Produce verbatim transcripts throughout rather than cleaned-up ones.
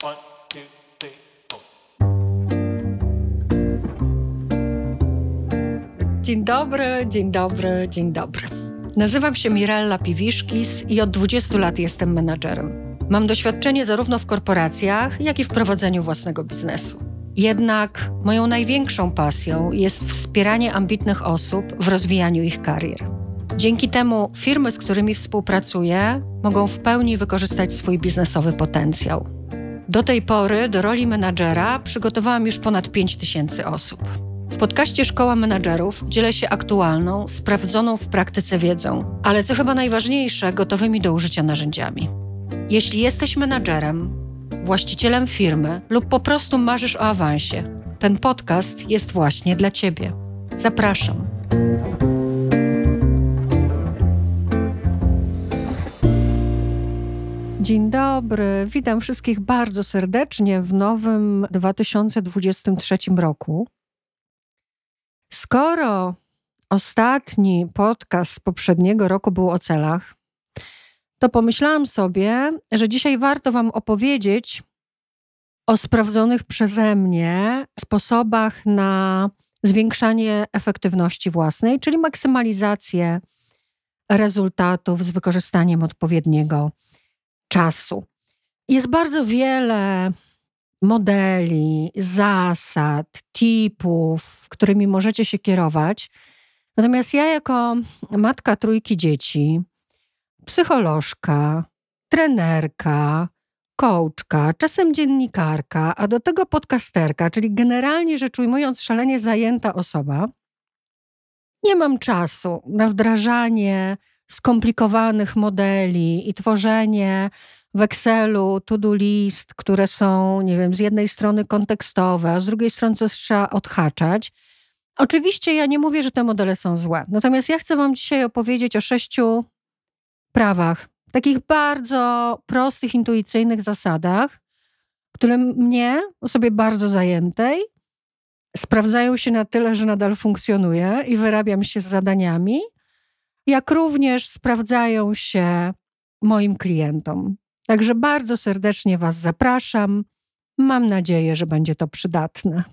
One, two, three, four. Dzień dobry, dzień dobry, dzień dobry. Nazywam się Mirella Piwiszkis i od dwudziestu lat jestem menadżerem. Mam doświadczenie zarówno w korporacjach, jak i w prowadzeniu własnego biznesu. Jednak moją największą pasją jest wspieranie ambitnych osób w rozwijaniu ich karier. Dzięki temu firmy, z którymi współpracuję, mogą w pełni wykorzystać swój biznesowy potencjał. Do tej pory do roli menadżera przygotowałam już ponad pięć tysięcy osób. W podcaście Szkoła Menadżerów dzielę się aktualną, sprawdzoną w praktyce wiedzą, ale co chyba najważniejsze, gotowymi do użycia narzędziami. Jeśli jesteś menadżerem, właścicielem firmy lub po prostu marzysz o awansie, ten podcast jest właśnie dla Ciebie. Zapraszam. Dzień dobry, witam wszystkich bardzo serdecznie w nowym dwa tysiące dwudziestym trzecim roku. Skoro ostatni podcast z poprzedniego roku był o celach, to pomyślałam sobie, że dzisiaj warto Wam opowiedzieć o sprawdzonych przeze mnie sposobach na zwiększanie efektywności własnej, czyli maksymalizację rezultatów z wykorzystaniem odpowiedniego czasu. Jest bardzo wiele modeli, zasad, tipów, którymi możecie się kierować. Natomiast ja jako matka trójki dzieci, psycholożka, trenerka, coachka, czasem dziennikarka, a do tego podcasterka, czyli generalnie rzecz ujmując szalenie zajęta osoba, nie mam czasu na wdrażanie skomplikowanych modeli i tworzenie w Excelu to-do list, które są, nie wiem, z jednej strony kontekstowe, a z drugiej strony coś trzeba odhaczać. Oczywiście ja nie mówię, że te modele są złe. Natomiast ja chcę Wam dzisiaj opowiedzieć o sześciu prawach, takich bardzo prostych, intuicyjnych zasadach, które mnie, osobie bardzo zajętej, sprawdzają się na tyle, że nadal funkcjonuję i wyrabiam się z zadaniami, jak również sprawdzają się moim klientom. Także bardzo serdecznie Was zapraszam. Mam nadzieję, że będzie to przydatne.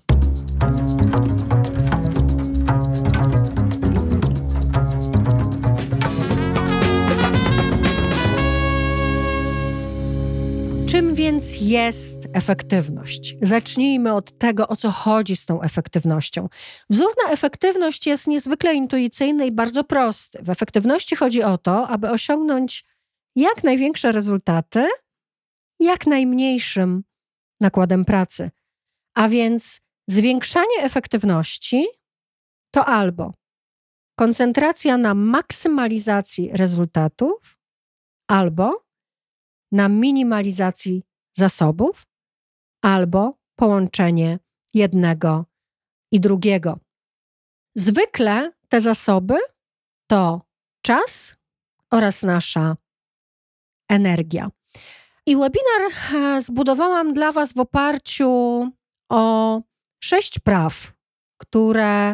Czym więc jest efektywność? Zacznijmy od tego, o co chodzi z tą efektywnością. Wzór na efektywność jest niezwykle intuicyjny i bardzo prosty. W efektywności chodzi o to, aby osiągnąć jak największe rezultaty jak najmniejszym nakładem pracy. A więc zwiększanie efektywności to albo koncentracja na maksymalizacji rezultatów, albo na minimalizacji zasobów, albo połączenie jednego i drugiego. Zwykle te zasoby to czas oraz nasza energia. I webinar zbudowałam dla Was w oparciu o sześć praw, które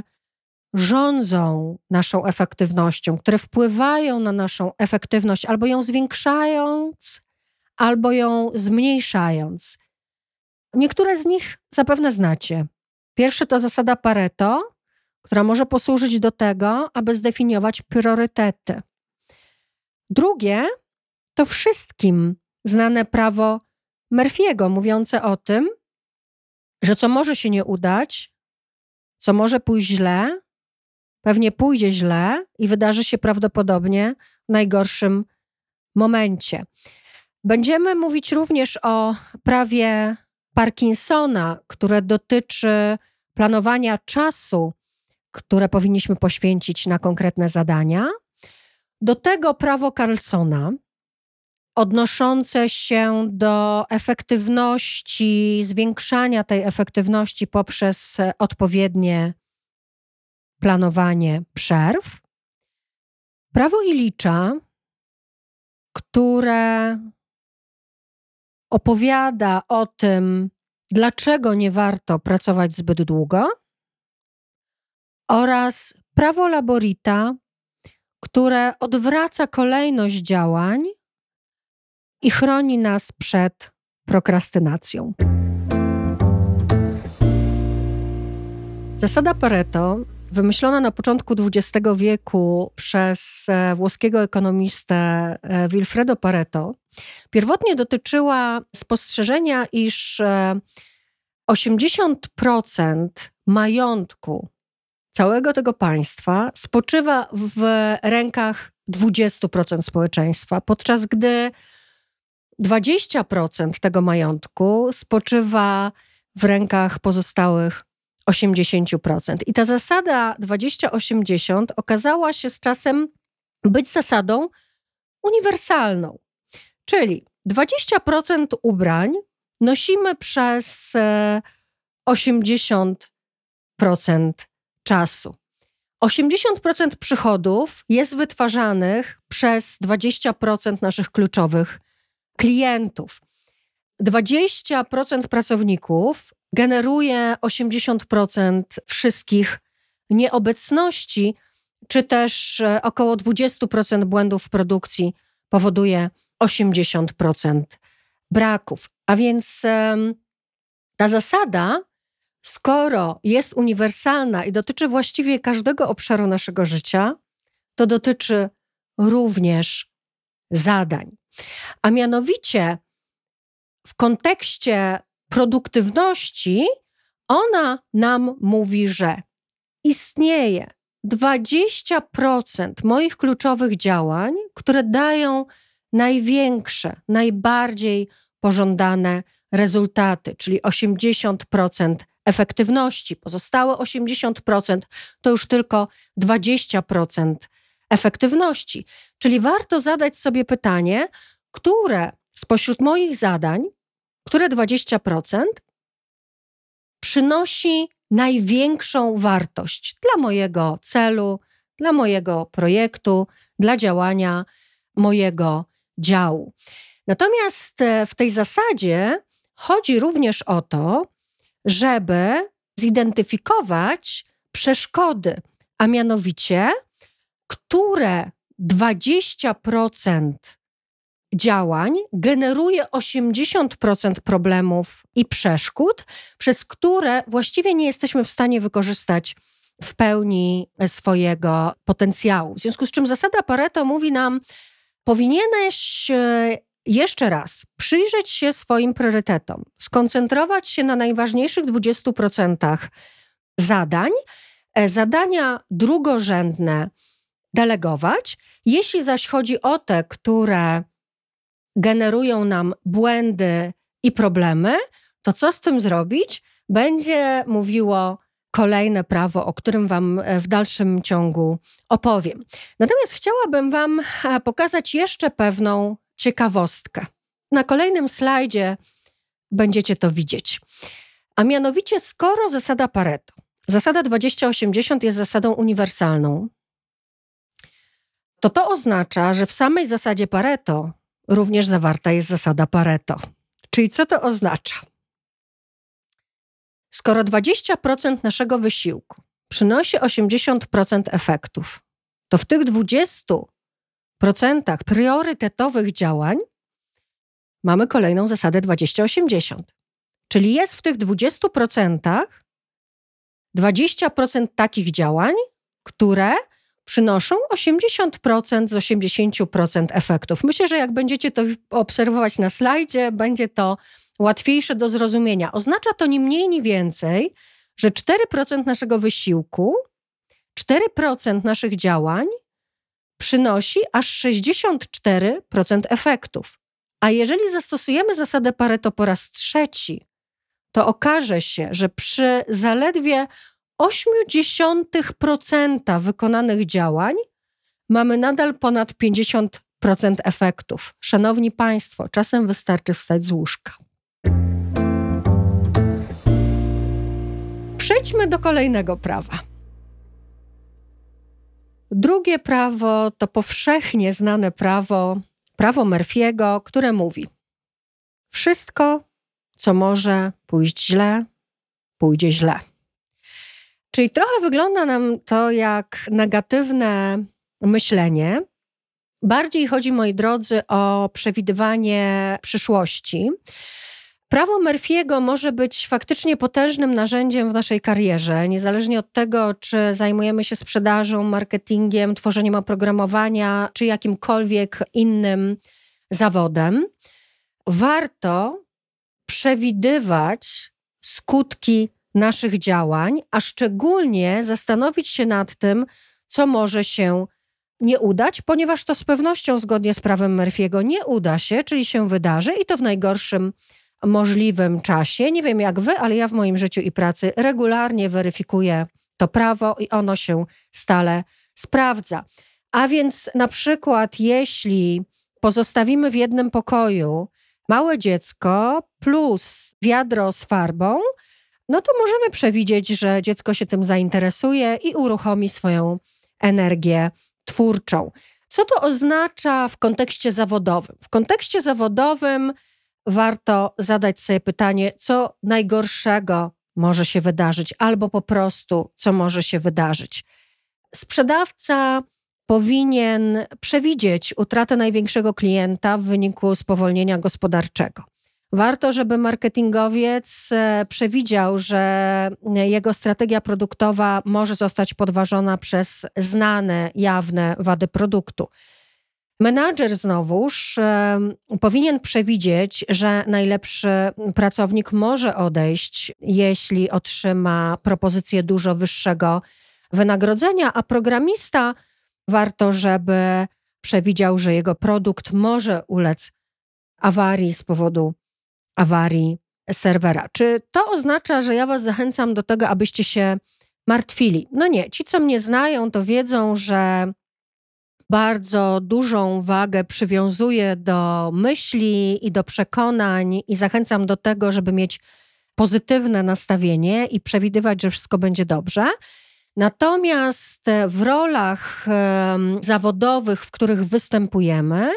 rządzą naszą efektywnością, które wpływają na naszą efektywność albo ją zwiększając, albo ją zmniejszając. Niektóre z nich zapewne znacie. Pierwsze to zasada Pareto, która może posłużyć do tego, aby zdefiniować priorytety. Drugie to wszystkim znane prawo Murphy'ego, mówiące o tym, że co może się nie udać, co może pójść źle, pewnie pójdzie źle i wydarzy się prawdopodobnie w najgorszym momencie. Będziemy mówić również o prawie Parkinsona, które dotyczy planowania czasu, które powinniśmy poświęcić na konkretne zadania. Do tego prawo Carlsona, odnoszące się do efektywności, zwiększania tej efektywności poprzez odpowiednie planowanie przerw. Prawo Illicza, które opowiada o tym, dlaczego nie warto pracować zbyt długo, oraz prawo Laborita, które odwraca kolejność działań i chroni nas przed prokrastynacją. Zasada Pareto, wymyślona na początku dwudziestego wieku przez włoskiego ekonomistę Vilfredo Pareto, pierwotnie dotyczyła spostrzeżenia, iż osiemdziesiąt procent majątku całego tego państwa spoczywa w rękach dwadzieścia procent społeczeństwa, podczas gdy dwadzieścia procent tego majątku spoczywa w rękach pozostałych osiemdziesiąt procent. I ta zasada dwadzieścia osiemdziesiąt okazała się z czasem być zasadą uniwersalną. Czyli dwadzieścia procent ubrań nosimy przez osiemdziesiąt procent czasu. osiemdziesiąt procent przychodów jest wytwarzanych przez dwadzieścia procent naszych kluczowych klientów. dwadzieścia procent pracowników generuje osiemdziesiąt procent wszystkich nieobecności, czy też około dwadzieścia procent błędów w produkcji powoduje osiemdziesiąt procent braków. A więc ta zasada, skoro jest uniwersalna i dotyczy właściwie każdego obszaru naszego życia, to dotyczy również zadań. A mianowicie w kontekście produktywności ona nam mówi, że istnieje dwadzieścia procent moich kluczowych działań, które dają największe, najbardziej pożądane rezultaty, czyli osiemdziesiąt procent efektywności. Pozostałe osiemdziesiąt procent to już tylko dwadzieścia procent efektywności. Czyli warto zadać sobie pytanie, które spośród moich zadań, które dwadzieścia procent przynosi największą wartość dla mojego celu, dla mojego projektu, dla działania mojego działu. Natomiast w tej zasadzie chodzi również o to, żeby zidentyfikować przeszkody, a mianowicie, które dwadzieścia procent działań generuje osiemdziesiąt procent problemów i przeszkód, przez które właściwie nie jesteśmy w stanie wykorzystać w pełni swojego potencjału. W związku z czym zasada Pareto mówi nam, powinieneś jeszcze raz przyjrzeć się swoim priorytetom, skoncentrować się na najważniejszych dwudziestu procentach zadań, zadania drugorzędne delegować. Jeśli zaś chodzi o te, które generują nam błędy i problemy, to co z tym zrobić? Będzie mówiło kolejne prawo, o którym wam w dalszym ciągu opowiem. Natomiast chciałabym wam pokazać jeszcze pewną ciekawostkę. Na kolejnym slajdzie będziecie to widzieć. A mianowicie, skoro zasada Pareto, zasada dwadzieścia osiemdziesiąt jest zasadą uniwersalną, to to oznacza, że w samej zasadzie Pareto również zawarta jest zasada Pareto. Czyli co to oznacza? Skoro dwadzieścia procent naszego wysiłku przynosi osiemdziesiąt procent efektów, to w tych dwudziestu procentach priorytetowych działań mamy kolejną zasadę dwadzieścia osiemdziesiąt. Czyli jest w tych dwudziestu procentach dwadzieścia procent takich działań, które przynoszą osiemdziesiąt procent z osiemdziesięciu procent efektów. Myślę, że jak będziecie to obserwować na slajdzie, będzie to łatwiejsze do zrozumienia. Oznacza to ni mniej, ni więcej, że cztery procent naszego wysiłku, cztery procent naszych działań przynosi aż sześćdziesiąt cztery procent efektów. A jeżeli zastosujemy zasadę Pareto po raz trzeci, to okaże się, że przy zaledwie osiem dziesiątych procent wykonanych działań mamy nadal ponad pięćdziesiąt procent efektów. Szanowni Państwo, czasem wystarczy wstać z łóżka. Przejdźmy do kolejnego prawa. Drugie prawo to powszechnie znane prawo, prawo Murphy'ego, które mówi: wszystko, co może pójść źle, pójdzie źle. Czyli trochę wygląda nam to jak negatywne myślenie. Bardziej chodzi, moi drodzy, o przewidywanie przyszłości. Prawo Murphy'ego może być faktycznie potężnym narzędziem w naszej karierze, niezależnie od tego, czy zajmujemy się sprzedażą, marketingiem, tworzeniem oprogramowania, czy jakimkolwiek innym zawodem. Warto przewidywać skutki naszych działań, a szczególnie zastanowić się nad tym, co może się nie udać, ponieważ to z pewnością zgodnie z prawem Murphy'ego nie uda się, czyli się wydarzy i to w najgorszym możliwym czasie. Nie wiem jak wy, ale ja w moim życiu i pracy regularnie weryfikuję to prawo i ono się stale sprawdza. A więc na przykład jeśli pozostawimy w jednym pokoju małe dziecko plus wiadro z farbą, no to możemy przewidzieć, że dziecko się tym zainteresuje i uruchomi swoją energię twórczą. Co to oznacza w kontekście zawodowym? W kontekście zawodowym warto zadać sobie pytanie, co najgorszego może się wydarzyć, albo po prostu, co może się wydarzyć. Sprzedawca powinien przewidzieć utratę największego klienta w wyniku spowolnienia gospodarczego. Warto, żeby marketingowiec przewidział, że jego strategia produktowa może zostać podważona przez znane, jawne wady produktu. Menadżer znowuż e, powinien przewidzieć, że najlepszy pracownik może odejść, jeśli otrzyma propozycję dużo wyższego wynagrodzenia, a programista warto, żeby przewidział, że jego produkt może ulec awarii z powodu awarii serwera. Czy to oznacza, że ja was zachęcam do tego, abyście się martwili? No nie, ci co mnie znają, to wiedzą, że bardzo dużą wagę przywiązuję do myśli i do przekonań i zachęcam do tego, żeby mieć pozytywne nastawienie i przewidywać, że wszystko będzie dobrze. Natomiast w rolach um, zawodowych, w których występujemy,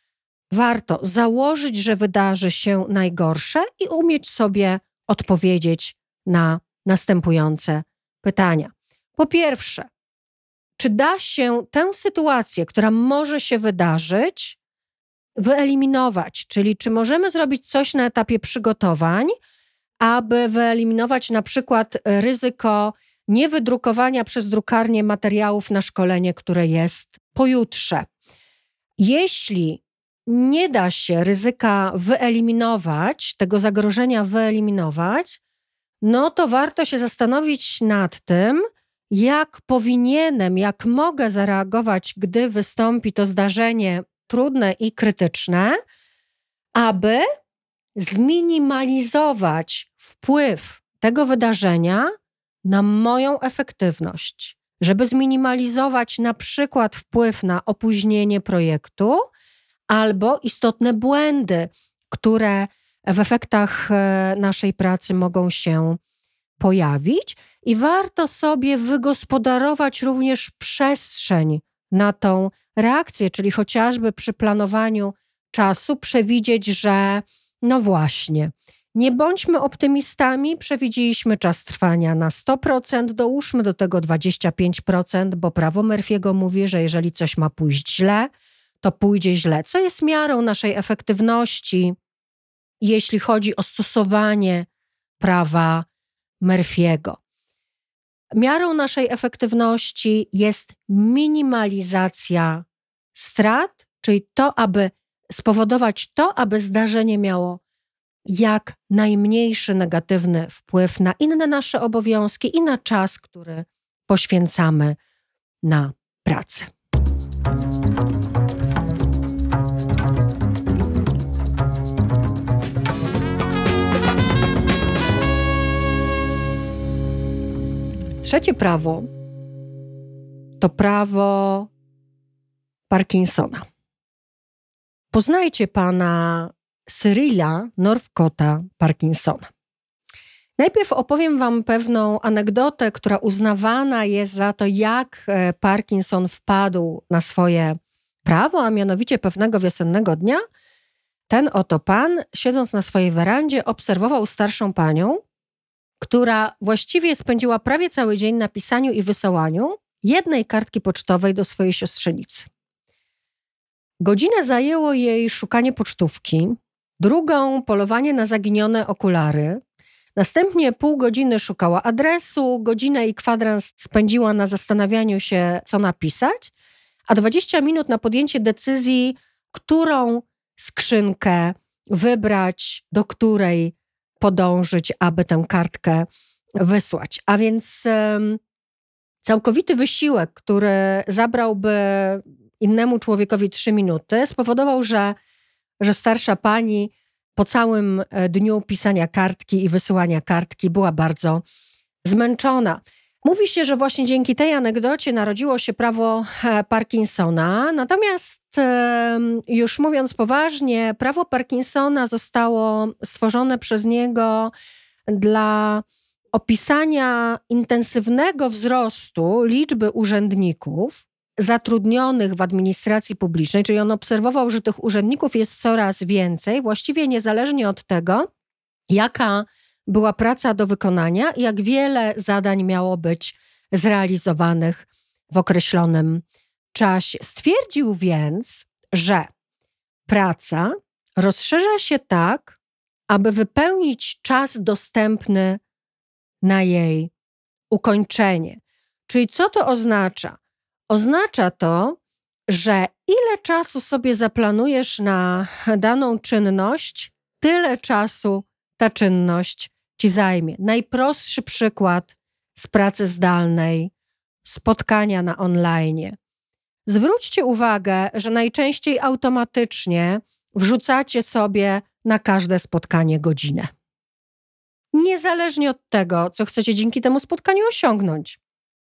warto założyć, że wydarzy się najgorsze i umieć sobie odpowiedzieć na następujące pytania. Po pierwsze, czy da się tę sytuację, która może się wydarzyć, wyeliminować? Czyli czy możemy zrobić coś na etapie przygotowań, aby wyeliminować na przykład ryzyko niewydrukowania przez drukarnię materiałów na szkolenie, które jest pojutrze? Jeśli nie da się ryzyka wyeliminować, tego zagrożenia wyeliminować, no to warto się zastanowić nad tym, jak powinienem, jak mogę zareagować, gdy wystąpi to zdarzenie trudne i krytyczne, aby zminimalizować wpływ tego wydarzenia na moją efektywność, żeby zminimalizować na przykład wpływ na opóźnienie projektu albo istotne błędy, które w efektach naszej pracy mogą się pojawić. I warto sobie wygospodarować również przestrzeń na tą reakcję, czyli chociażby przy planowaniu czasu przewidzieć, że no właśnie, nie bądźmy optymistami, przewidzieliśmy czas trwania na sto procent, dołóżmy do tego dwadzieścia pięć procent, bo prawo Murphy'ego mówi, że jeżeli coś ma pójść źle, to pójdzie źle, co jest miarą naszej efektywności, jeśli chodzi o stosowanie prawa Murphy'ego. Miarą naszej efektywności jest minimalizacja strat, czyli to, aby spowodować to, aby zdarzenie miało jak najmniejszy negatywny wpływ na inne nasze obowiązki i na czas, który poświęcamy na pracę. Trzecie prawo to prawo Parkinsona. Poznajcie pana Cyrila Northcotta Parkinsona. Najpierw opowiem wam pewną anegdotę, która uznawana jest za to, jak Parkinson wpadł na swoje prawo, a mianowicie pewnego wiosennego dnia ten oto pan, siedząc na swojej werandzie, obserwował starszą panią, która właściwie spędziła prawie cały dzień na pisaniu i wysyłaniu jednej kartki pocztowej do swojej siostrzenicy. Godzinę zajęło jej szukanie pocztówki, drugą polowanie na zaginione okulary. Następnie pół godziny szukała adresu, godzinę i kwadrans spędziła na zastanawianiu się, co napisać, a dwadzieścia minut na podjęcie decyzji, którą skrzynkę wybrać, do której podążyć, aby tę kartkę wysłać. A więc um, całkowity wysiłek, który zabrałby innemu człowiekowi trzy minuty, spowodował, że, że starsza pani po całym dniu pisania kartki i wysyłania kartki była bardzo zmęczona. Mówi się, że właśnie dzięki tej anegdocie narodziło się prawo Parkinsona, natomiast już mówiąc poważnie, prawo Parkinsona zostało stworzone przez niego dla opisania intensywnego wzrostu liczby urzędników zatrudnionych w administracji publicznej, czyli on obserwował, że tych urzędników jest coraz więcej, właściwie niezależnie od tego, jaka była praca do wykonania i jak wiele zadań miało być zrealizowanych w określonym czasie. Stwierdził więc, że praca rozszerza się tak, aby wypełnić czas dostępny na jej ukończenie. Czyli co to oznacza? Oznacza to, że ile czasu sobie zaplanujesz na daną czynność, tyle czasu ta czynność ci zajmie. Najprostszy przykład z pracy zdalnej, spotkania na online. Zwróćcie uwagę, że najczęściej automatycznie wrzucacie sobie na każde spotkanie godzinę. Niezależnie od tego, co chcecie dzięki temu spotkaniu osiągnąć.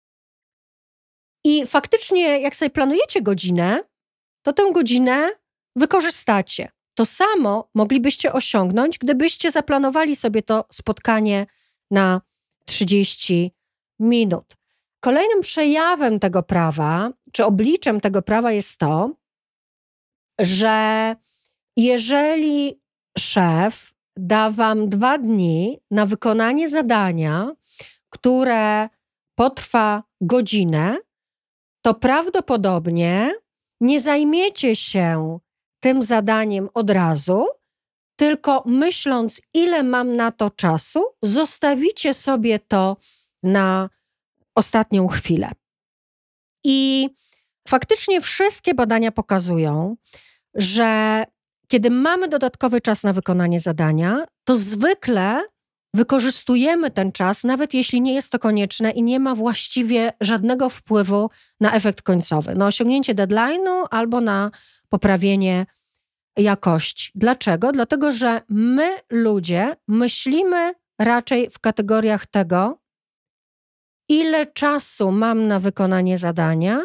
I faktycznie, jak sobie planujecie godzinę, to tę godzinę wykorzystacie. To samo moglibyście osiągnąć, gdybyście zaplanowali sobie to spotkanie na trzydzieści minut. Kolejnym przejawem tego prawa, czy obliczem tego prawa jest to, że jeżeli szef da wam dwa dni na wykonanie zadania, które potrwa godzinę, to prawdopodobnie nie zajmiecie się tym zadaniem od razu, tylko myśląc, ile mam na to czasu, zostawicie sobie to na ostatnią chwilę. I faktycznie wszystkie badania pokazują, że kiedy mamy dodatkowy czas na wykonanie zadania, to zwykle wykorzystujemy ten czas, nawet jeśli nie jest to konieczne i nie ma właściwie żadnego wpływu na efekt końcowy, na osiągnięcie deadline'u albo na poprawienie jakości. Dlaczego? Dlatego, że my, ludzie, myślimy raczej w kategoriach tego, ile czasu mam na wykonanie zadania,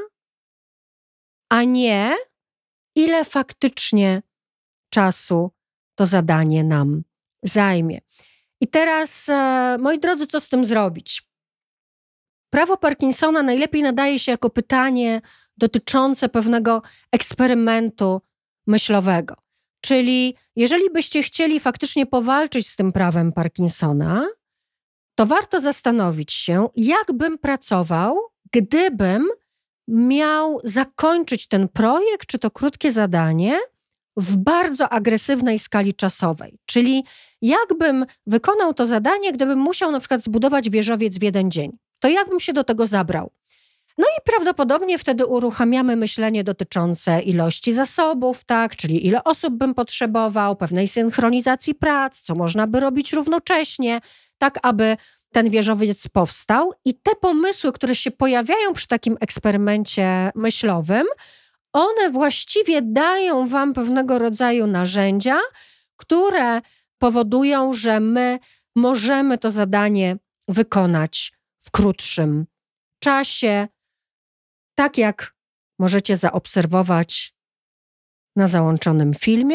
a nie ile faktycznie czasu to zadanie nam zajmie. I teraz, moi drodzy, co z tym zrobić? Prawo Parkinsona najlepiej nadaje się jako pytanie dotyczące pewnego eksperymentu myślowego. Czyli jeżeli byście chcieli faktycznie powalczyć z tym prawem Parkinsona, to warto zastanowić się, jak bym pracował, gdybym miał zakończyć ten projekt, czy to krótkie zadanie, w bardzo agresywnej skali czasowej. Czyli jakbym wykonał to zadanie, gdybym musiał na przykład zbudować wieżowiec w jeden dzień. To jakbym się do tego zabrał? No i prawdopodobnie wtedy uruchamiamy myślenie dotyczące ilości zasobów, tak, czyli ile osób bym potrzebował, pewnej synchronizacji prac, co można by robić równocześnie, tak aby ten wieżowiec powstał. I te pomysły, które się pojawiają przy takim eksperymencie myślowym, one właściwie dają wam pewnego rodzaju narzędzia, które powodują, że my możemy to zadanie wykonać w krótszym czasie, tak jak możecie zaobserwować na załączonym filmie.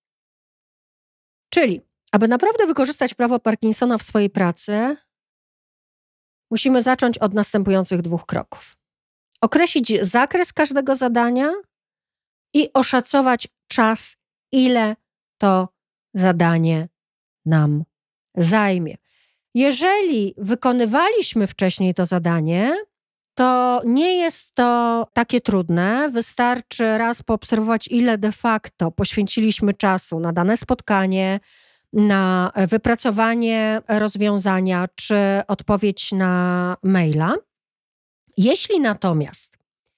Czyli, aby naprawdę wykorzystać prawo Parkinsona w swojej pracy, musimy zacząć od następujących dwóch kroków. Określić zakres każdego zadania i oszacować czas, ile to zadanie nam zajmie. Jeżeli wykonywaliśmy wcześniej to zadanie, to nie jest to takie trudne. Wystarczy raz poobserwować, ile de facto poświęciliśmy czasu na dane spotkanie, na wypracowanie rozwiązania czy odpowiedź na maila. Jeśli natomiast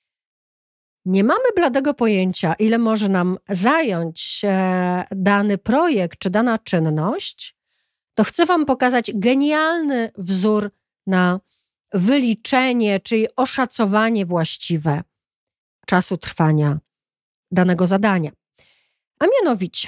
nie mamy bladego pojęcia, ile może nam zająć dany projekt czy dana czynność, to chcę Wam pokazać genialny wzór na wyliczenie, czyli oszacowanie właściwe czasu trwania danego zadania. A mianowicie,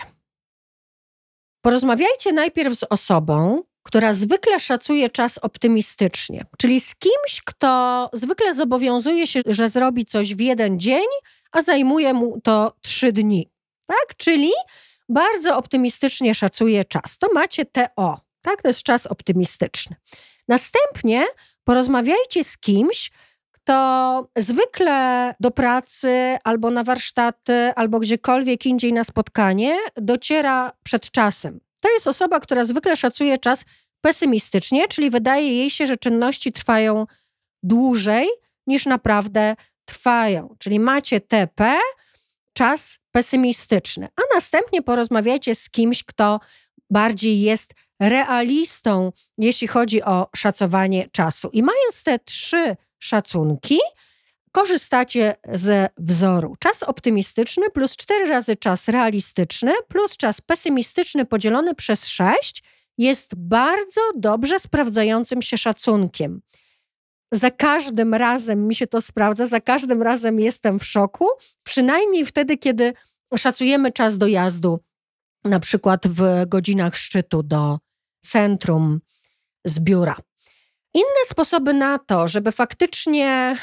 porozmawiajcie najpierw z osobą, która zwykle szacuje czas optymistycznie, czyli z kimś, kto zwykle zobowiązuje się, że zrobi coś w jeden dzień, a zajmuje mu to trzy dni. Tak? Czyli bardzo optymistycznie szacuje czas. To macie T O, tak? To jest czas optymistyczny. Następnie porozmawiajcie z kimś, kto zwykle do pracy albo na warsztaty, albo gdziekolwiek indziej na spotkanie dociera przed czasem. To jest osoba, która zwykle szacuje czas pesymistycznie, czyli wydaje jej się, że czynności trwają dłużej niż naprawdę trwają. Czyli macie T P, czas pesymistyczny. A następnie porozmawiajcie z kimś, kto bardziej jest realistą, jeśli chodzi o szacowanie czasu. I mając te trzy szacunki, korzystacie ze wzoru. Czas optymistyczny plus cztery razy czas realistyczny plus czas pesymistyczny podzielony przez sześć jest bardzo dobrze sprawdzającym się szacunkiem. Za każdym razem mi się to sprawdza, za każdym razem jestem w szoku, przynajmniej wtedy, kiedy szacujemy czas dojazdu, na przykład w godzinach szczytu do centrum z biura. Inne sposoby na to, żeby faktycznie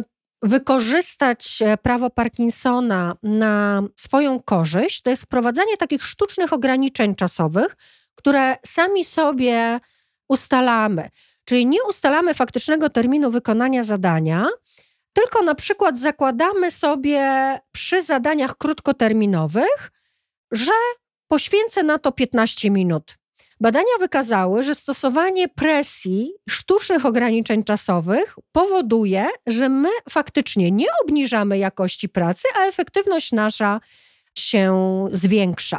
wykorzystać prawo Parkinsona na swoją korzyść, to jest wprowadzanie takich sztucznych ograniczeń czasowych, które sami sobie ustalamy. Czyli nie ustalamy faktycznego terminu wykonania zadania, tylko na przykład zakładamy sobie przy zadaniach krótkoterminowych, że poświęcę na to piętnaście minut. Badania wykazały, że stosowanie presji, sztucznych ograniczeń czasowych powoduje, że my faktycznie nie obniżamy jakości pracy, a efektywność nasza się zwiększa.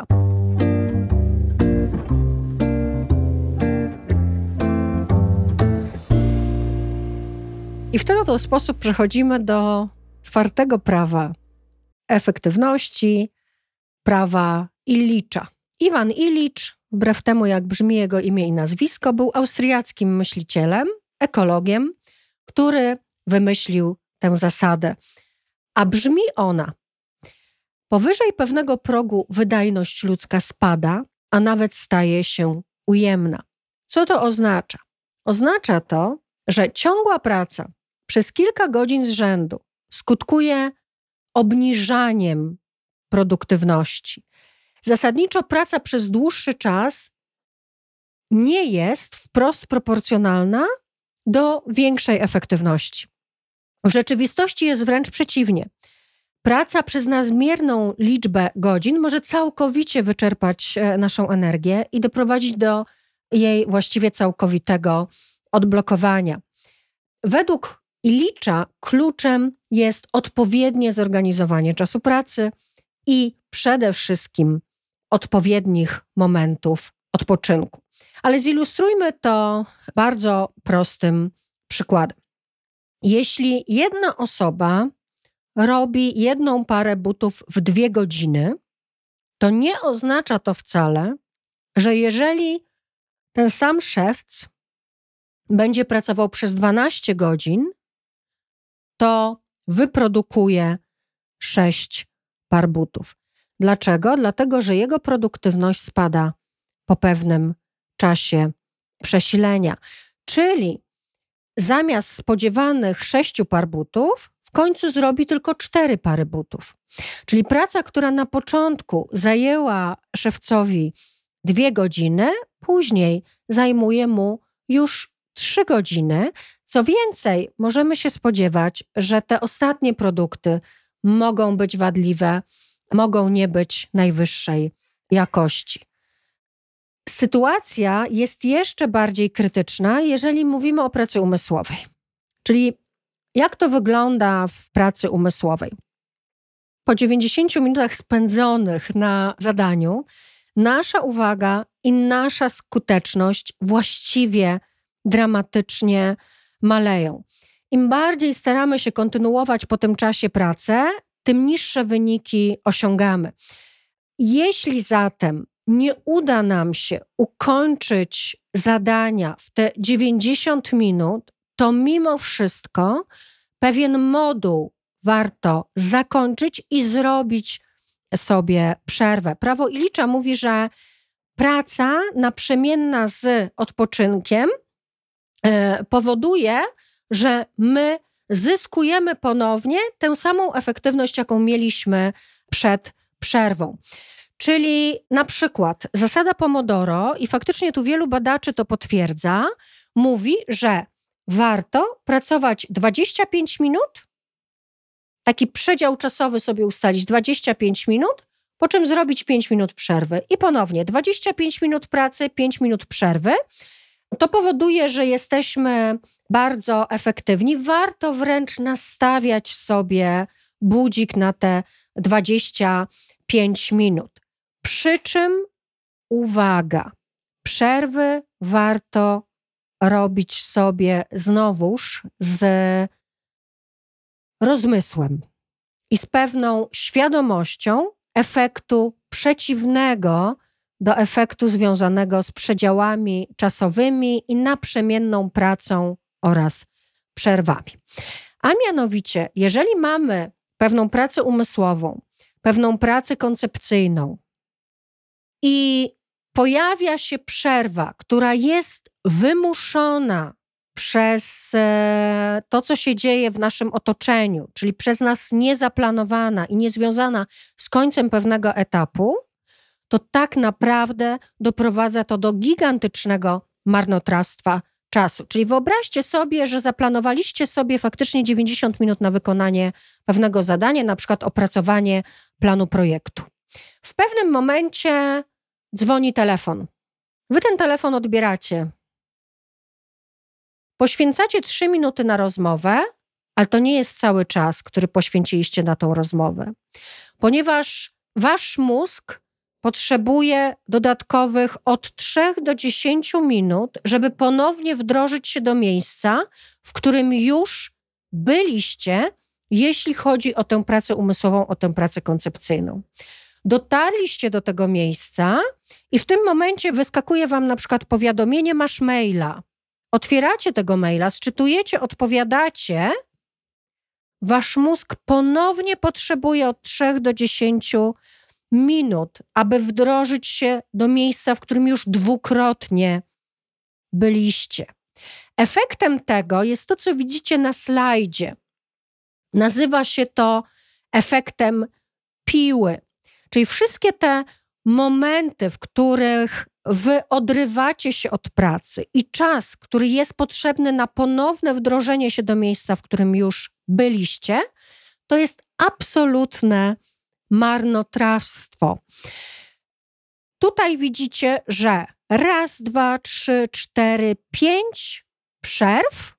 I w ten oto sposób przechodzimy do czwartego prawa efektywności, prawa Illicha. Iwan Illich, wbrew temu jak brzmi jego imię i nazwisko, był austriackim myślicielem, ekologiem, który wymyślił tę zasadę. A brzmi ona: powyżej pewnego progu wydajność ludzka spada, a nawet staje się ujemna. Co to oznacza? Oznacza to, że ciągła praca przez kilka godzin z rzędu skutkuje obniżaniem produktywności. Zasadniczo praca przez dłuższy czas nie jest wprost proporcjonalna do większej efektywności. W rzeczywistości jest wręcz przeciwnie. Praca przez nadmierną liczbę godzin może całkowicie wyczerpać naszą energię i doprowadzić do jej właściwie całkowitego odblokowania. Według Illicha kluczem jest odpowiednie zorganizowanie czasu pracy i przede wszystkim odpowiednich momentów odpoczynku. Ale zilustrujmy to bardzo prostym przykładem. Jeśli jedna osoba robi jedną parę butów w dwie godziny, to nie oznacza to wcale, że jeżeli ten sam szewc będzie pracował przez dwanaście godzin, to wyprodukuje sześć par butów. Dlaczego? Dlatego, że jego produktywność spada po pewnym czasie przesilenia. Czyli zamiast spodziewanych sześciu par butów, w końcu zrobi tylko cztery pary butów. Czyli praca, która na początku zajęła szewcowi dwie godziny, później zajmuje mu już trzy godziny. Co więcej, możemy się spodziewać, że te ostatnie produkty mogą być wadliwe, mogą nie być najwyższej jakości. Sytuacja jest jeszcze bardziej krytyczna, jeżeli mówimy o pracy umysłowej. Czyli jak to wygląda w pracy umysłowej? Po dziewięćdziesięciu minutach spędzonych na zadaniu, nasza uwaga i nasza skuteczność właściwie dramatycznie maleją. Im bardziej staramy się kontynuować po tym czasie pracę, tym niższe wyniki osiągamy. Jeśli zatem nie uda nam się ukończyć zadania w te dziewięćdziesiąt minut, to mimo wszystko pewien moduł warto zakończyć i zrobić sobie przerwę. Prawo Illicza mówi, że praca naprzemienna z odpoczynkiem e, powoduje, że my zyskujemy ponownie tę samą efektywność, jaką mieliśmy przed przerwą. Czyli na przykład zasada Pomodoro, i faktycznie tu wielu badaczy to potwierdza, mówi, że warto pracować dwadzieścia pięć minut, taki przedział czasowy sobie ustalić, dwadzieścia pięć minut, po czym zrobić pięć minut przerwy. I ponownie dwadzieścia pięć minut pracy, pięć minut przerwy. To powoduje, że jesteśmy bardzo efektywni. Warto wręcz nastawiać sobie budzik na te dwadzieścia pięć minut. Przy czym, uwaga, przerwy warto robić sobie znowuż z rozmysłem i z pewną świadomością efektu przeciwnego do efektu związanego z przedziałami czasowymi i naprzemienną pracą oraz przerwami. A mianowicie, jeżeli mamy pewną pracę umysłową, pewną pracę koncepcyjną i pojawia się przerwa, która jest wymuszona przez e, to, co się dzieje w naszym otoczeniu, czyli przez nas niezaplanowana i niezwiązana z końcem pewnego etapu, to tak naprawdę doprowadza to do gigantycznego marnotrawstwa czasu. Czyli wyobraźcie sobie, że zaplanowaliście sobie faktycznie dziewięćdziesiąt minut na wykonanie pewnego zadania, na przykład opracowanie planu projektu. W pewnym momencie dzwoni telefon. Wy ten telefon odbieracie. Poświęcacie trzy minuty na rozmowę, ale to nie jest cały czas, który poświęciliście na tą rozmowę, ponieważ wasz mózg potrzebuje dodatkowych od trzech do dziesięciu minut, żeby ponownie wdrożyć się do miejsca, w którym już byliście, jeśli chodzi o tę pracę umysłową, o tę pracę koncepcyjną. Dotarliście do tego miejsca i w tym momencie wyskakuje wam na przykład powiadomienie, masz maila. Otwieracie tego maila, sczytujecie, odpowiadacie. Wasz mózg ponownie potrzebuje od trzech do dziesięciu minut, aby wdrożyć się do miejsca, w którym już dwukrotnie byliście. Efektem tego jest to, co widzicie na slajdzie. Nazywa się to efektem piły. Czyli wszystkie te momenty, w których wy odrywacie się od pracy i czas, który jest potrzebny na ponowne wdrożenie się do miejsca, w którym już byliście, to jest absolutne marnotrawstwo. Tutaj widzicie, że raz, dwa, trzy, cztery, pięć przerw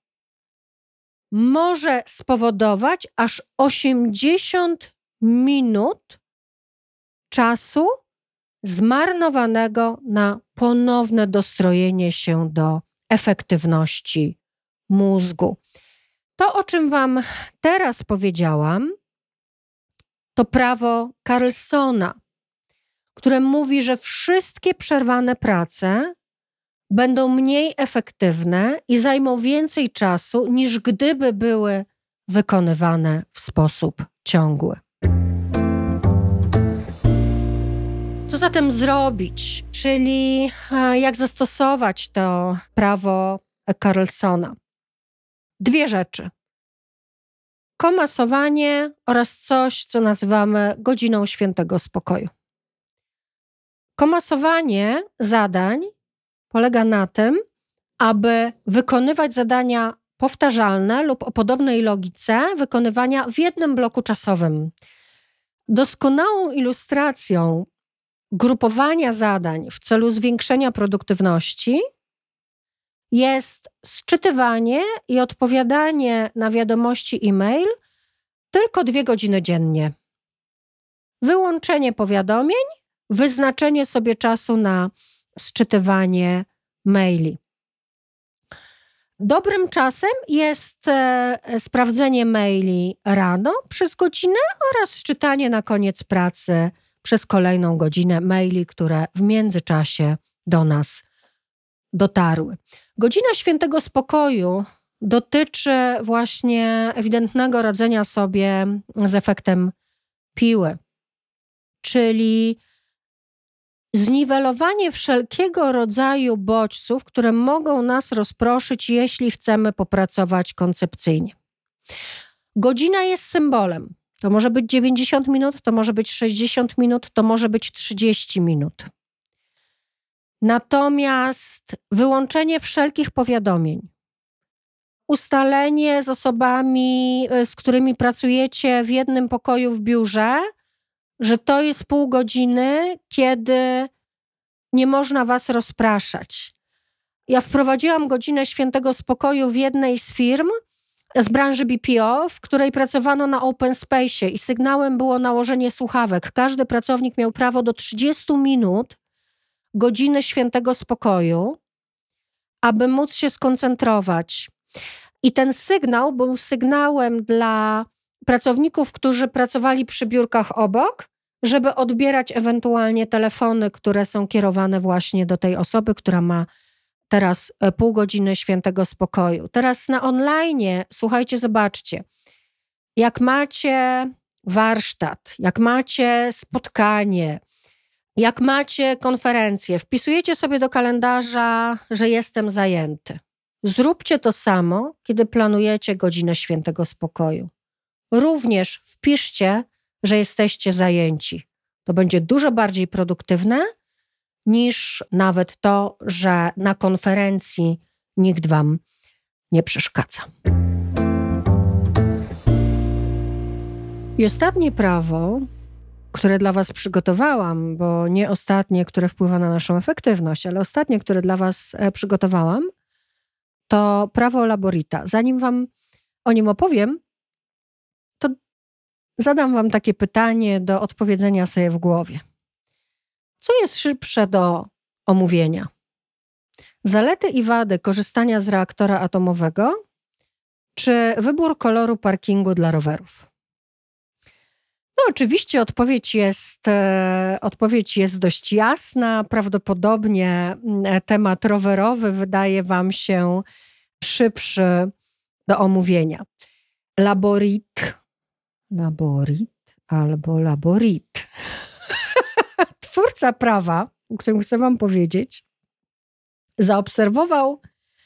może spowodować aż osiemdziesiąt minut czasu zmarnowanego na ponowne dostrojenie się do efektywności mózgu. To, o czym wam teraz powiedziałam, to prawo Carlsona, które mówi, że wszystkie przerwane prace będą mniej efektywne i zajmą więcej czasu, niż gdyby były wykonywane w sposób ciągły. Co zatem zrobić? Czyli jak zastosować to prawo Carlsona? Dwie rzeczy. Komasowanie oraz coś, co nazywamy godziną świętego spokoju. Komasowanie zadań polega na tym, aby wykonywać zadania powtarzalne lub o podobnej logice wykonywania w jednym bloku czasowym. Doskonałą ilustracją grupowania zadań w celu zwiększenia produktywności jest sczytywanie i odpowiadanie na wiadomości e-mail tylko dwie godziny dziennie. Wyłączenie powiadomień, wyznaczenie sobie czasu na sczytywanie maili. Dobrym czasem jest e, sprawdzenie maili rano przez godzinę oraz czytanie na koniec pracy przez kolejną godzinę maili, które w międzyczasie do nas dotarły. Godzina świętego spokoju dotyczy właśnie ewidentnego radzenia sobie z efektem piły, czyli zniwelowanie wszelkiego rodzaju bodźców, które mogą nas rozproszyć, jeśli chcemy popracować koncepcyjnie. Godzina jest symbolem. To może być dziewięćdziesiąt minut, to może być sześćdziesiąt minut, to może być trzydzieści minut. Natomiast wyłączenie wszelkich powiadomień, ustalenie z osobami, z którymi pracujecie w jednym pokoju w biurze, że to jest pół godziny, kiedy nie można was rozpraszać. Ja wprowadziłam godzinę świętego spokoju w jednej z firm z branży B P O, w której pracowano na open space i sygnałem było nałożenie słuchawek. Każdy pracownik miał prawo do trzydziestu minut godziny świętego spokoju, aby móc się skoncentrować. I ten sygnał był sygnałem dla pracowników, którzy pracowali przy biurkach obok, żeby odbierać ewentualnie telefony, które są kierowane właśnie do tej osoby, która ma teraz pół godziny świętego spokoju. Teraz na online, słuchajcie, zobaczcie, jak macie warsztat, jak macie spotkanie, jak macie konferencję, wpisujecie sobie do kalendarza, że jestem zajęty. Zróbcie to samo, kiedy planujecie godzinę świętego spokoju. Również wpiszcie, że jesteście zajęci. To będzie dużo bardziej produktywne niż nawet to, że na konferencji nikt wam nie przeszkadza. I ostatnie prawo, które dla was przygotowałam, bo nie ostatnie, które wpływa na naszą efektywność, ale ostatnie, które dla was przygotowałam, to prawo Laborita. Zanim wam o nim opowiem, to zadam wam takie pytanie do odpowiedzenia sobie w głowie. Co jest szybsze do omówienia? Zalety i wady korzystania z reaktora atomowego, czy wybór koloru parkingu dla rowerów? No oczywiście odpowiedź jest, e, odpowiedź jest dość jasna. Prawdopodobnie temat rowerowy wydaje wam się szybszy do omówienia. Laborit, laborit albo laborit. Twórca prawa, o którym chcę wam powiedzieć, zaobserwował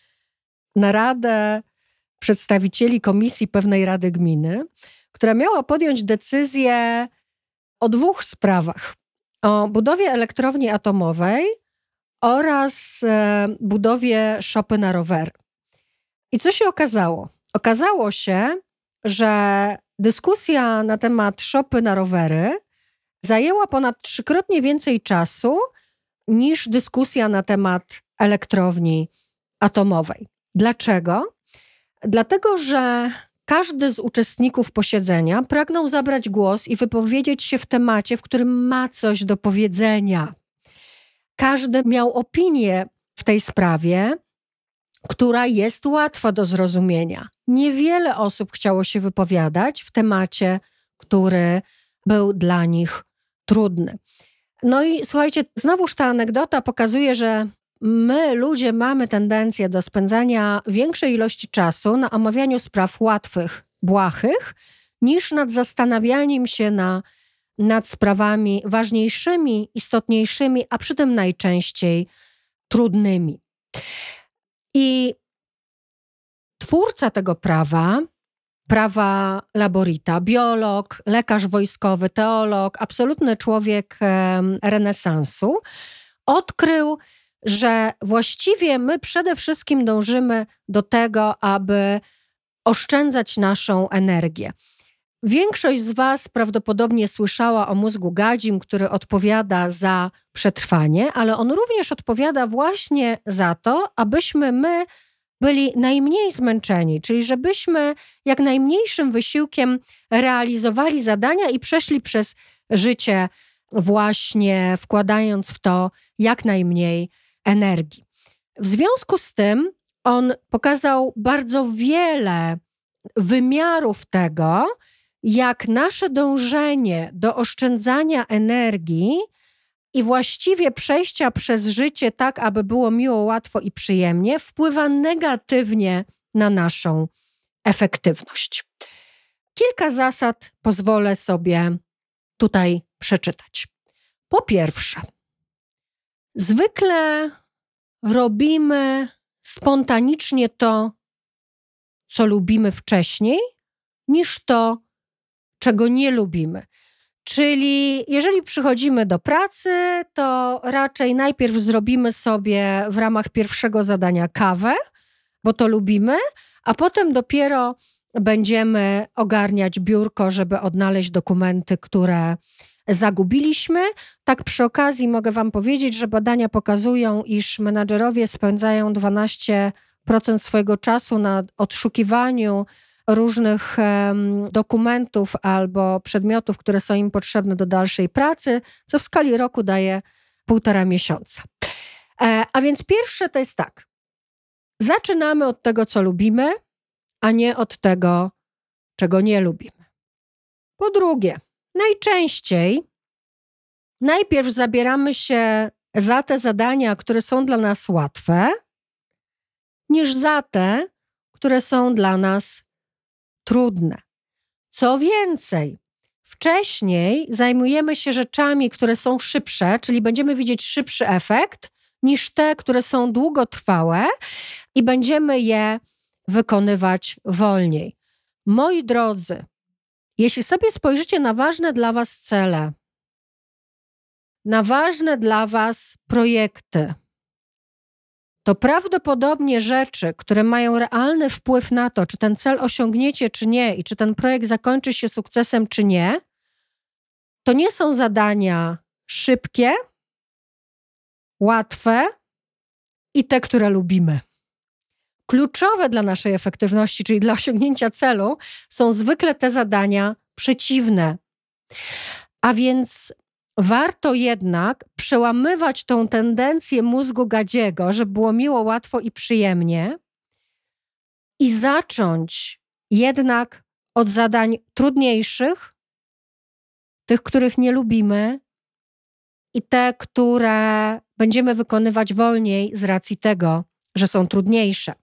naradę przedstawicieli komisji pewnej rady gminy, która miała podjąć decyzję o dwóch sprawach. O budowie elektrowni atomowej oraz e, budowie szopy na rowery. I co się okazało? Okazało się, że dyskusja na temat szopy na rowery zajęła ponad trzykrotnie więcej czasu niż dyskusja na temat elektrowni atomowej. Dlaczego? Dlatego, że każdy z uczestników posiedzenia pragnął zabrać głos i wypowiedzieć się w temacie, w którym ma coś do powiedzenia. Każdy miał opinię w tej sprawie, która jest łatwa do zrozumienia. Niewiele osób chciało się wypowiadać w temacie, który był dla nich trudny. No i słuchajcie, znowuż ta anegdota pokazuje, że my, ludzie, mamy tendencję do spędzania większej ilości czasu na omawianiu spraw łatwych, błahych, niż nad zastanawianiem się na, nad sprawami ważniejszymi, istotniejszymi, a przy tym najczęściej trudnymi. I twórca tego prawa, prawa Laborita, biolog, lekarz wojskowy, teolog, absolutny człowiek renesansu, odkrył, że właściwie my przede wszystkim dążymy do tego, aby oszczędzać naszą energię. Większość z Was prawdopodobnie słyszała o mózgu gadzim, który odpowiada za przetrwanie, ale on również odpowiada właśnie za to, abyśmy my byli najmniej zmęczeni, czyli żebyśmy jak najmniejszym wysiłkiem realizowali zadania i przeszli przez życie właśnie wkładając w to jak najmniej energii. W związku z tym on pokazał bardzo wiele wymiarów tego, jak nasze dążenie do oszczędzania energii i właściwie przejścia przez życie tak, aby było miło, łatwo i przyjemnie, wpływa negatywnie na naszą efektywność. Kilka zasad pozwolę sobie tutaj przeczytać. Po pierwsze, zwykle robimy spontanicznie to, co lubimy wcześniej, niż to, czego nie lubimy. Czyli jeżeli przychodzimy do pracy, to raczej najpierw zrobimy sobie w ramach pierwszego zadania kawę, bo to lubimy, a potem dopiero będziemy ogarniać biurko, żeby odnaleźć dokumenty, które zagubiliśmy. Tak przy okazji mogę Wam powiedzieć, że badania pokazują, iż menadżerowie spędzają dwanaście procent swojego czasu na odszukiwaniu różnych um, dokumentów albo przedmiotów, które są im potrzebne do dalszej pracy, co w skali roku daje półtora miesiąca. E, a więc pierwsze to jest tak. Zaczynamy od tego, co lubimy, a nie od tego, czego nie lubimy. Po drugie, najczęściej najpierw zabieramy się za te zadania, które są dla nas łatwe, niż za te, które są dla nas trudne. Co więcej, wcześniej zajmujemy się rzeczami, które są szybsze, czyli będziemy widzieć szybszy efekt, niż te, które są długotrwałe i będziemy je wykonywać wolniej. Moi drodzy, jeśli sobie spojrzycie na ważne dla Was cele, na ważne dla Was projekty, to prawdopodobnie rzeczy, które mają realny wpływ na to, czy ten cel osiągniecie, czy nie i czy ten projekt zakończy się sukcesem, czy nie, to nie są zadania szybkie, łatwe i te, które lubimy. Kluczowe dla naszej efektywności, czyli dla osiągnięcia celu, są zwykle te zadania przeciwne. A więc warto jednak przełamywać tą tendencję mózgu gadziego, żeby było miło, łatwo i przyjemnie i zacząć jednak od zadań trudniejszych, tych, których nie lubimy i te, które będziemy wykonywać wolniej z racji tego, że są trudniejsze.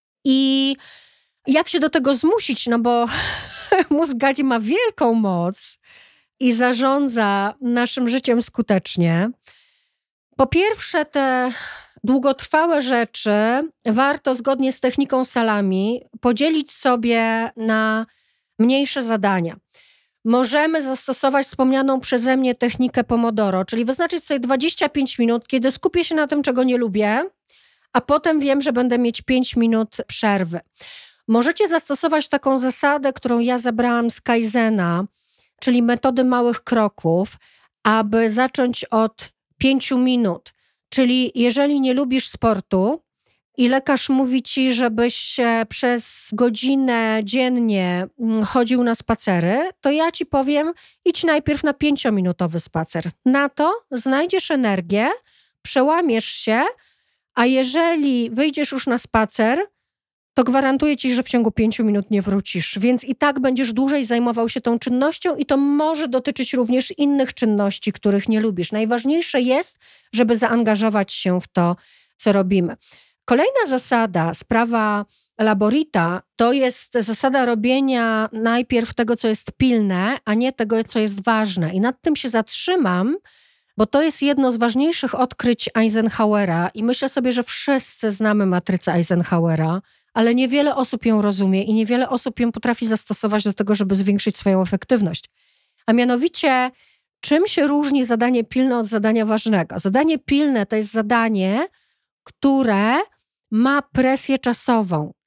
I jak się do tego zmusić? No bo mózg gadzi ma wielką moc i zarządza naszym życiem skutecznie. Po pierwsze, te długotrwałe rzeczy warto zgodnie z techniką salami podzielić sobie na mniejsze zadania. Możemy zastosować wspomnianą przeze mnie technikę Pomodoro, czyli wyznaczyć sobie dwadzieścia pięć minut, kiedy skupię się na tym, czego nie lubię, a potem wiem, że będę mieć pięć minut przerwy. Możecie zastosować taką zasadę, którą ja zabrałam z Kaizena, czyli metody małych kroków, aby zacząć od pięciu minut. Czyli jeżeli nie lubisz sportu i lekarz mówi ci, żebyś przez godzinę dziennie chodził na spacery, to ja ci powiem, idź najpierw na pięciominutowy spacer. Na to znajdziesz energię, przełamiesz się, a jeżeli wyjdziesz już na spacer, to gwarantuję ci, że w ciągu pięciu minut nie wrócisz, więc i tak będziesz dłużej zajmował się tą czynnością i to może dotyczyć również innych czynności, których nie lubisz. Najważniejsze jest, żeby zaangażować się w to, co robimy. Kolejna zasada, sprawa Laborita, to jest zasada robienia najpierw tego, co jest pilne, a nie tego, co jest ważne. I nad tym się zatrzymam, bo to jest jedno z ważniejszych odkryć Eisenhowera i myślę sobie, że wszyscy znamy matrycę Eisenhowera, ale niewiele osób ją rozumie i niewiele osób ją potrafi zastosować do tego, żeby zwiększyć swoją efektywność. A mianowicie, czym się różni zadanie pilne od zadania ważnego? Zadanie pilne to jest zadanie, które ma presję czasową,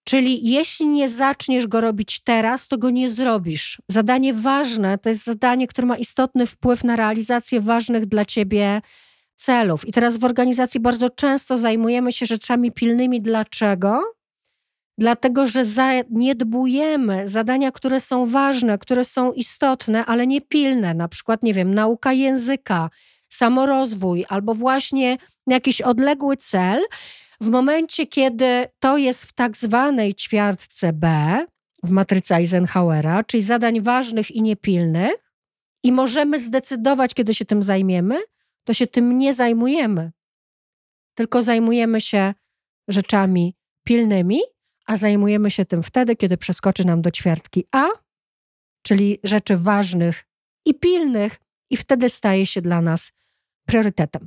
Czyli jeśli nie zaczniesz go robić teraz, to go nie zrobisz. Zadanie ważne to jest zadanie, które ma istotny wpływ na realizację ważnych dla ciebie celów. I teraz w organizacji bardzo często zajmujemy się rzeczami pilnymi. Dlaczego? Dlatego, że zaniedbujemy zadania, które są ważne, które są istotne, ale nie pilne. Na przykład, nie wiem, nauka języka, samorozwój albo właśnie jakiś odległy cel. W momencie, kiedy to jest w tak zwanej ćwiartce B, w matrycy Eisenhowera, czyli zadań ważnych i niepilnych, i możemy zdecydować, kiedy się tym zajmiemy, to się tym nie zajmujemy. Tylko zajmujemy się rzeczami pilnymi, a zajmujemy się tym wtedy, kiedy przeskoczy nam do ćwiartki A, czyli rzeczy ważnych i pilnych, i wtedy staje się dla nas priorytetem.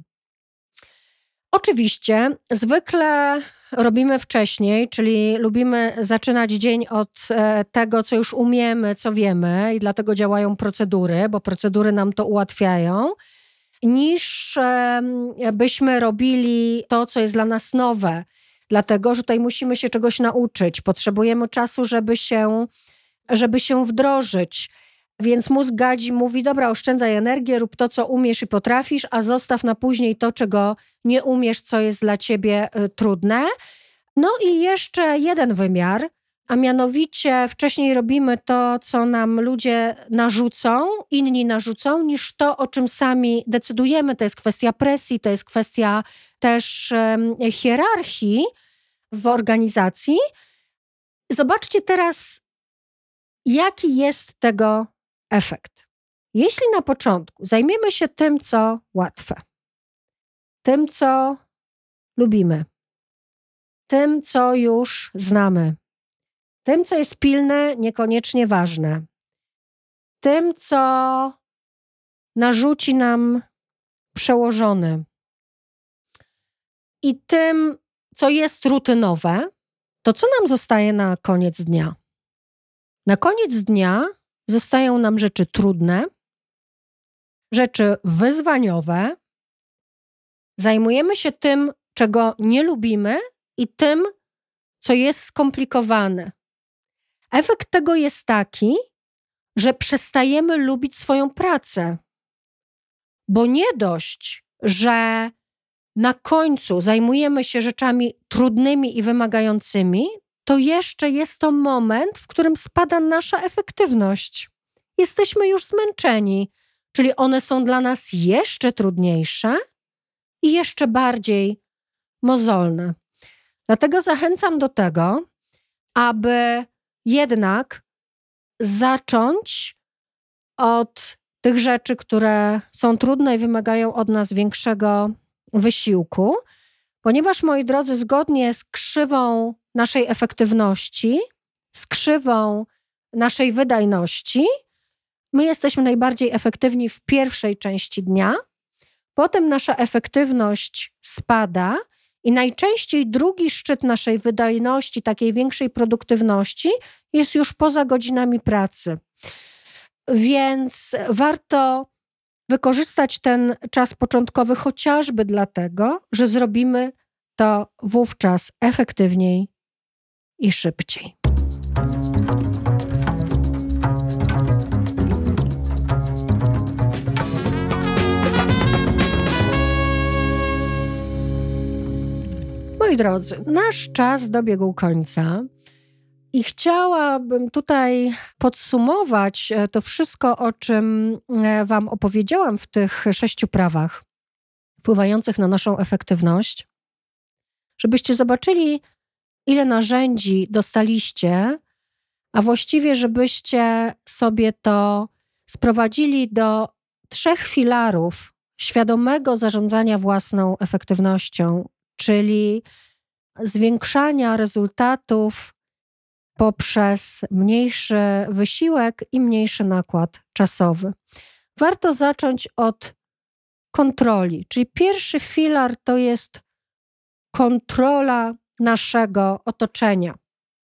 Oczywiście zwykle robimy wcześniej, czyli lubimy zaczynać dzień od tego, co już umiemy, co wiemy, i dlatego działają procedury, bo procedury nam to ułatwiają, niż byśmy robili to, co jest dla nas nowe. Dlatego, że tutaj musimy się czegoś nauczyć. Potrzebujemy czasu, żeby się, żeby się wdrożyć. Więc mózg gadzi, mówi, dobra, oszczędzaj energię, rób to, co umiesz i potrafisz, a zostaw na później to, czego nie umiesz, co jest dla ciebie y, trudne. No i jeszcze jeden wymiar, a mianowicie wcześniej robimy to, co nam ludzie narzucą, inni narzucą, niż to, o czym sami decydujemy. To jest kwestia presji, to jest kwestia też y, hierarchii w organizacji. Zobaczcie teraz, jaki jest tego efekt. Jeśli na początku zajmiemy się tym, co łatwe, tym, co lubimy, tym, co już znamy, tym, co jest pilne, niekoniecznie ważne, tym, co narzuci nam przełożony, i tym, co jest rutynowe, to co nam zostaje na koniec dnia? Na koniec dnia zostają nam rzeczy trudne, rzeczy wyzwaniowe. Zajmujemy się tym, czego nie lubimy, i tym, co jest skomplikowane. Efekt tego jest taki, że przestajemy lubić swoją pracę, bo nie dość, że na końcu zajmujemy się rzeczami trudnymi i wymagającymi, to jeszcze jest to moment, w którym spada nasza efektywność. Jesteśmy już zmęczeni, czyli one są dla nas jeszcze trudniejsze i jeszcze bardziej mozolne. Dlatego zachęcam do tego, aby jednak zacząć od tych rzeczy, które są trudne i wymagają od nas większego wysiłku, ponieważ, moi drodzy, zgodnie z krzywą naszej efektywności, z krzywą naszej wydajności, my jesteśmy najbardziej efektywni w pierwszej części dnia, potem nasza efektywność spada i najczęściej drugi szczyt naszej wydajności, takiej większej produktywności, jest już poza godzinami pracy. Więc warto wykorzystać ten czas początkowy chociażby dlatego, że zrobimy to wówczas efektywniej i szybciej. Moi drodzy, nasz czas dobiegł końca i chciałabym tutaj podsumować to wszystko, o czym wam opowiedziałam w tych sześciu prawach wpływających na naszą efektywność, żebyście zobaczyli, ile narzędzi dostaliście, a właściwie, żebyście sobie to sprowadzili do trzech filarów świadomego zarządzania własną efektywnością, czyli zwiększania rezultatów poprzez mniejszy wysiłek i mniejszy nakład czasowy. Warto zacząć od kontroli, czyli pierwszy filar to jest kontrola naszego otoczenia.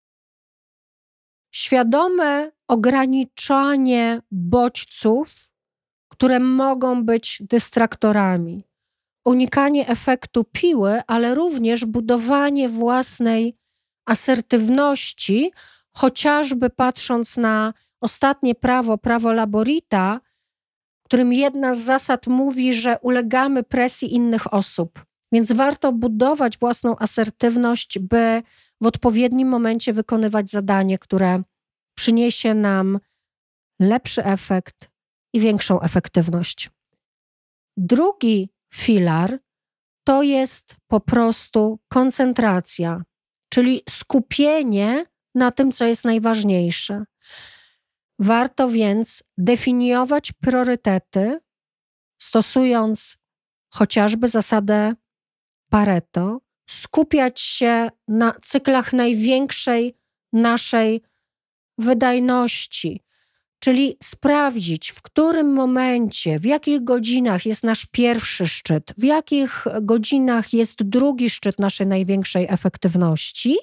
Świadome ograniczanie bodźców, które mogą być dystraktorami. Unikanie efektu piły, ale również budowanie własnej asertywności, chociażby patrząc na ostatnie prawo, prawo Laborita, w którym jedna z zasad mówi, że ulegamy presji innych osób. Więc warto budować własną asertywność, by w odpowiednim momencie wykonywać zadanie, które przyniesie nam lepszy efekt i większą efektywność. Drugi filar to jest po prostu koncentracja, czyli skupienie na tym, co jest najważniejsze. Warto więc definiować priorytety, stosując chociażby zasadę Pareto, skupiać się na cyklach największej naszej wydajności, czyli sprawdzić, w którym momencie, w jakich godzinach jest nasz pierwszy szczyt, w jakich godzinach jest drugi szczyt naszej największej efektywności,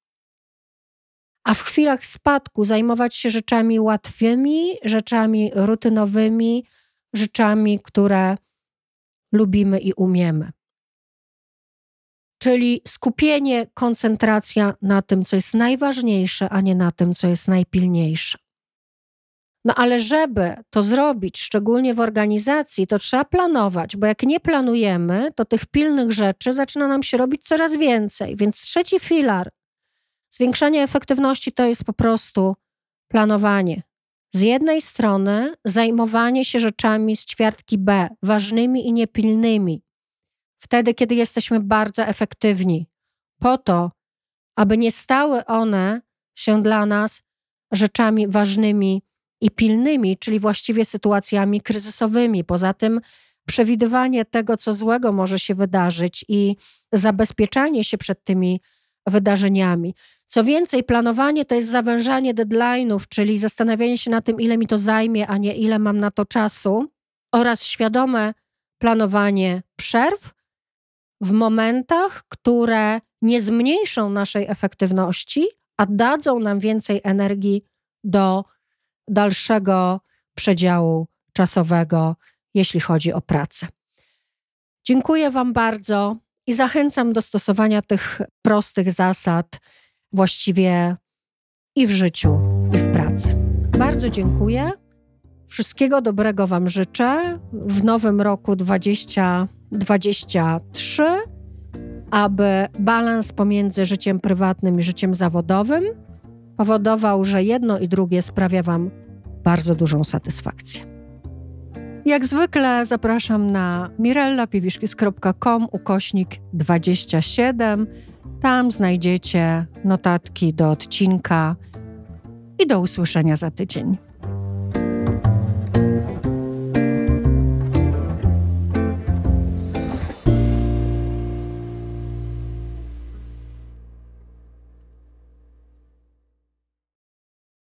a w chwilach spadku zajmować się rzeczami łatwymi, rzeczami rutynowymi, rzeczami, które lubimy i umiemy. Czyli skupienie, koncentracja na tym, co jest najważniejsze, a nie na tym, co jest najpilniejsze. No ale żeby to zrobić, szczególnie w organizacji, to trzeba planować, bo jak nie planujemy, to tych pilnych rzeczy zaczyna nam się robić coraz więcej. Więc trzeci filar zwiększania efektywności to jest po prostu planowanie. Z jednej strony zajmowanie się rzeczami z ćwiartki B, ważnymi i niepilnymi, wtedy, kiedy jesteśmy bardzo efektywni, po to, aby nie stały one się dla nas rzeczami ważnymi i pilnymi, czyli właściwie sytuacjami kryzysowymi. Poza tym przewidywanie tego, co złego może się wydarzyć i zabezpieczanie się przed tymi wydarzeniami. Co więcej, planowanie to jest zawężanie deadline'ów, czyli zastanawianie się na tym, ile mi to zajmie, a nie ile mam na to czasu, oraz świadome planowanie przerw w momentach, które nie zmniejszą naszej efektywności, a dadzą nam więcej energii do dalszego przedziału czasowego, jeśli chodzi o pracę. Dziękuję Wam bardzo i zachęcam do stosowania tych prostych zasad właściwie i w życiu, i w pracy. Bardzo dziękuję. Wszystkiego dobrego Wam życzę w nowym roku dwa tysiące dwudziestym trzecim, aby balans pomiędzy życiem prywatnym i życiem zawodowym powodował, że jedno i drugie sprawia Wam bardzo dużą satysfakcję. Jak zwykle zapraszam na mirellapiwiszkis kropka com ukośnik dwadzieścia siedem. Tam znajdziecie notatki do odcinka i do usłyszenia za tydzień.